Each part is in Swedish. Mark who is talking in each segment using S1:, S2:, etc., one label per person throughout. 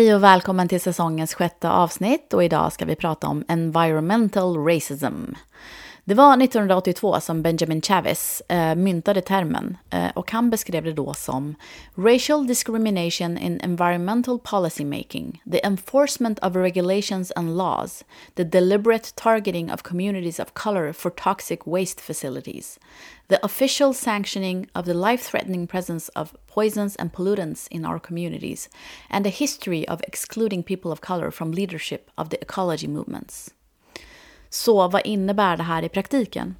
S1: Hej och välkommen till säsongens 6:e avsnitt och idag ska vi prata om environmental racism. Det var 1982 som Benjamin Chavez myntade termen och han beskrev det då som racial discrimination in environmental policy making, the enforcement of regulations and laws, the deliberate targeting of communities of color for toxic waste facilities, the official sanctioning of the life-threatening presence of poisons and pollutants in our communities, and a history of excluding people of color from leadership of the ecology movements. Så vad innebär det här i praktiken?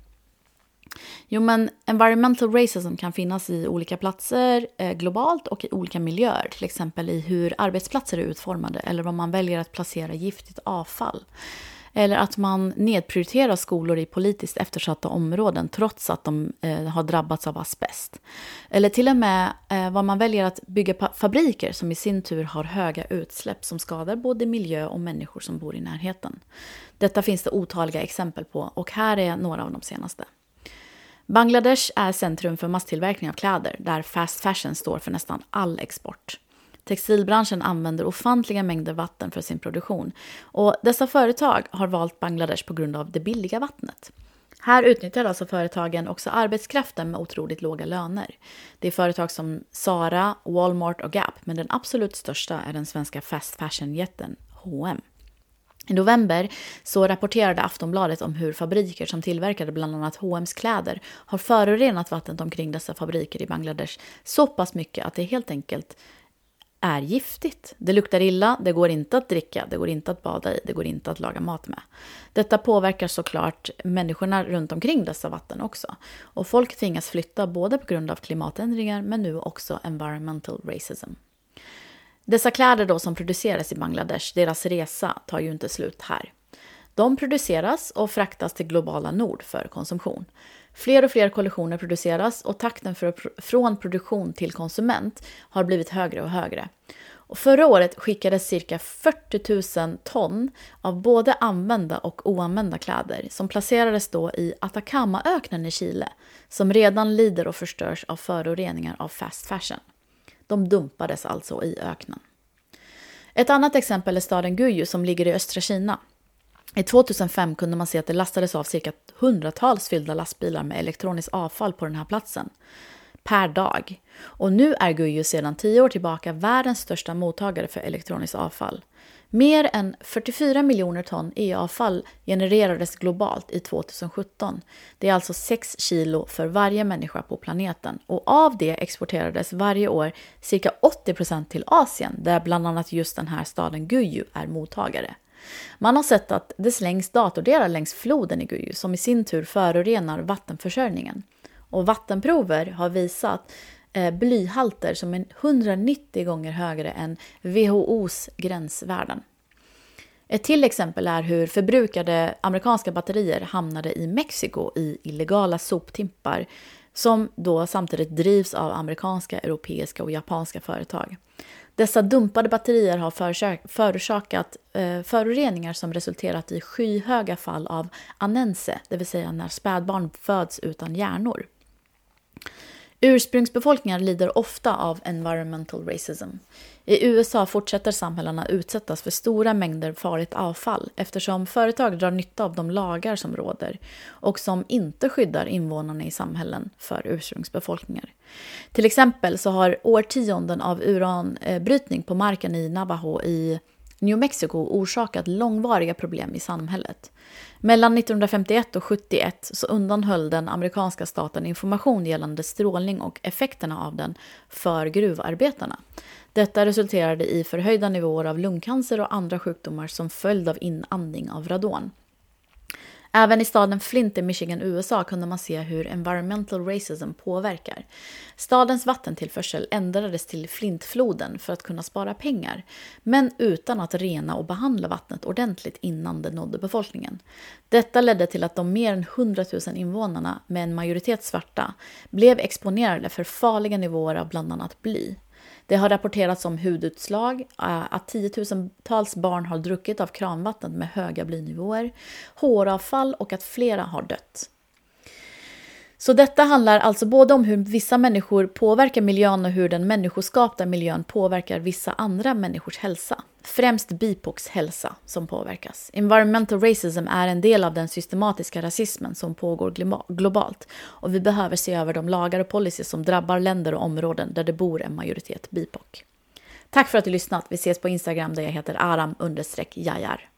S1: Jo, men environmental racism kan finnas i olika platser globalt och i olika miljöer. Till exempel i hur arbetsplatser är utformade eller vad man väljer att placera giftigt avfall. Eller att man nedprioriterar skolor i politiskt eftersatta områden trots att de har drabbats av asbest. Eller till och med vad man väljer att bygga fabriker som i sin tur har höga utsläpp som skadar både miljö och människor som bor i närheten. Detta finns det otaliga exempel på och här är några av de senaste. Bangladesh är centrum för masstillverkning av kläder där fast fashion står för nästan all export. Textilbranschen använder ofantliga mängder vatten för sin produktion och dessa företag har valt Bangladesh på grund av det billiga vattnet. Här utnyttjar alltså företagen också arbetskraften med otroligt låga löner. Det är företag som Zara, Walmart och Gap, men den absolut största är den svenska fast fashion-jätten H&M. I november så rapporterade Aftonbladet om hur fabriker som tillverkade bland annat H&M's kläder har förorenat vattnet omkring dessa fabriker i Bangladesh så pass mycket att det helt enkelt är giftigt. Det luktar illa, det går inte att dricka, det går inte att bada i, det går inte att laga mat med. Detta påverkar såklart människorna runt omkring dessa vatten också. Och folk tvingas flytta både på grund av klimatändringar men nu också environmental racism. Dessa kläder då som produceras i Bangladesh, deras resa tar ju inte slut här. De produceras och fraktas till globala nord för konsumtion. Fler och fler kollektioner produceras och takten från produktion till konsument har blivit högre och högre. Och förra året skickades cirka 40 000 ton av både använda och oanvända kläder som placerades då i Atacamaöknen i Chile som redan lider och förstörs av föroreningar av fast fashion. De dumpades alltså i öknen. Ett annat exempel är staden Guyu som ligger i östra Kina. I 2005 kunde man se att det lastades av cirka 100-tals fyllda lastbilar med elektroniskt avfall på den här platsen per dag. Och nu är Guyu sedan 10 år tillbaka världens största mottagare för elektroniskt avfall. Mer än 44 miljoner ton e-avfall genererades globalt i 2017. Det är alltså 6 kilo för varje människa på planeten. Och av det exporterades varje år cirka 80% till Asien, där bland annat just den här staden Guyu är mottagare. Man har sett att det slängs datordelar längs floden i Guyu som i sin tur förorenar vattenförsörjningen. Och vattenprover har visat blyhalter som är 190 gånger högre än WHO:s gränsvärden. Ett till exempel är hur förbrukade amerikanska batterier hamnade i Mexiko i illegala soptimpar som då samtidigt drivs av amerikanska, europeiska och japanska företag. Dessa dumpade batterier har förorsakat föroreningar som resulterat i skyhöga fall av anense, det vill säga när spädbarn föds utan hjärnor. Ursprungsbefolkningar lider ofta av environmental racism. I USA fortsätter samhällena utsättas för stora mängder farligt avfall eftersom företag drar nytta av de lagar som råder och som inte skyddar invånarna i samhällen för ursprungsbefolkningar. Till exempel så har årtionden av uranbrytning på marken i Navajo i New Mexico orsakat långvariga problem i samhället. Mellan 1951 och 1971 så undanhöll den amerikanska staten information gällande strålning och effekterna av den för gruvarbetarna. Detta resulterade i förhöjda nivåer av lungcancer och andra sjukdomar som följd av inandning av radon. Även i staden Flint i Michigan, USA kunde man se hur environmental racism påverkar. Stadens vattentillförsel ändrades till Flintfloden för att kunna spara pengar, men utan att rena och behandla vattnet ordentligt innan det nådde befolkningen. Detta ledde till att de mer än 100 000 invånarna, med en majoritet svarta, blev exponerade för farliga nivåer av bland annat bly. Det har rapporterats om hudutslag, att 10 000-tals barn har druckit av kranvattnet med höga blynivåer, håravfall och att flera har dött. Så detta handlar alltså både om hur vissa människor påverkar miljön och hur den människoskapta miljön påverkar vissa andra människors hälsa. Främst BIPOCs hälsa som påverkas. Environmental racism är en del av den systematiska rasismen som pågår globalt. Och vi behöver se över de lagar och policies som drabbar länder och områden där det bor en majoritet BIPOC. Tack för att du lyssnat. Vi ses på Instagram där jag heter aram_jajar.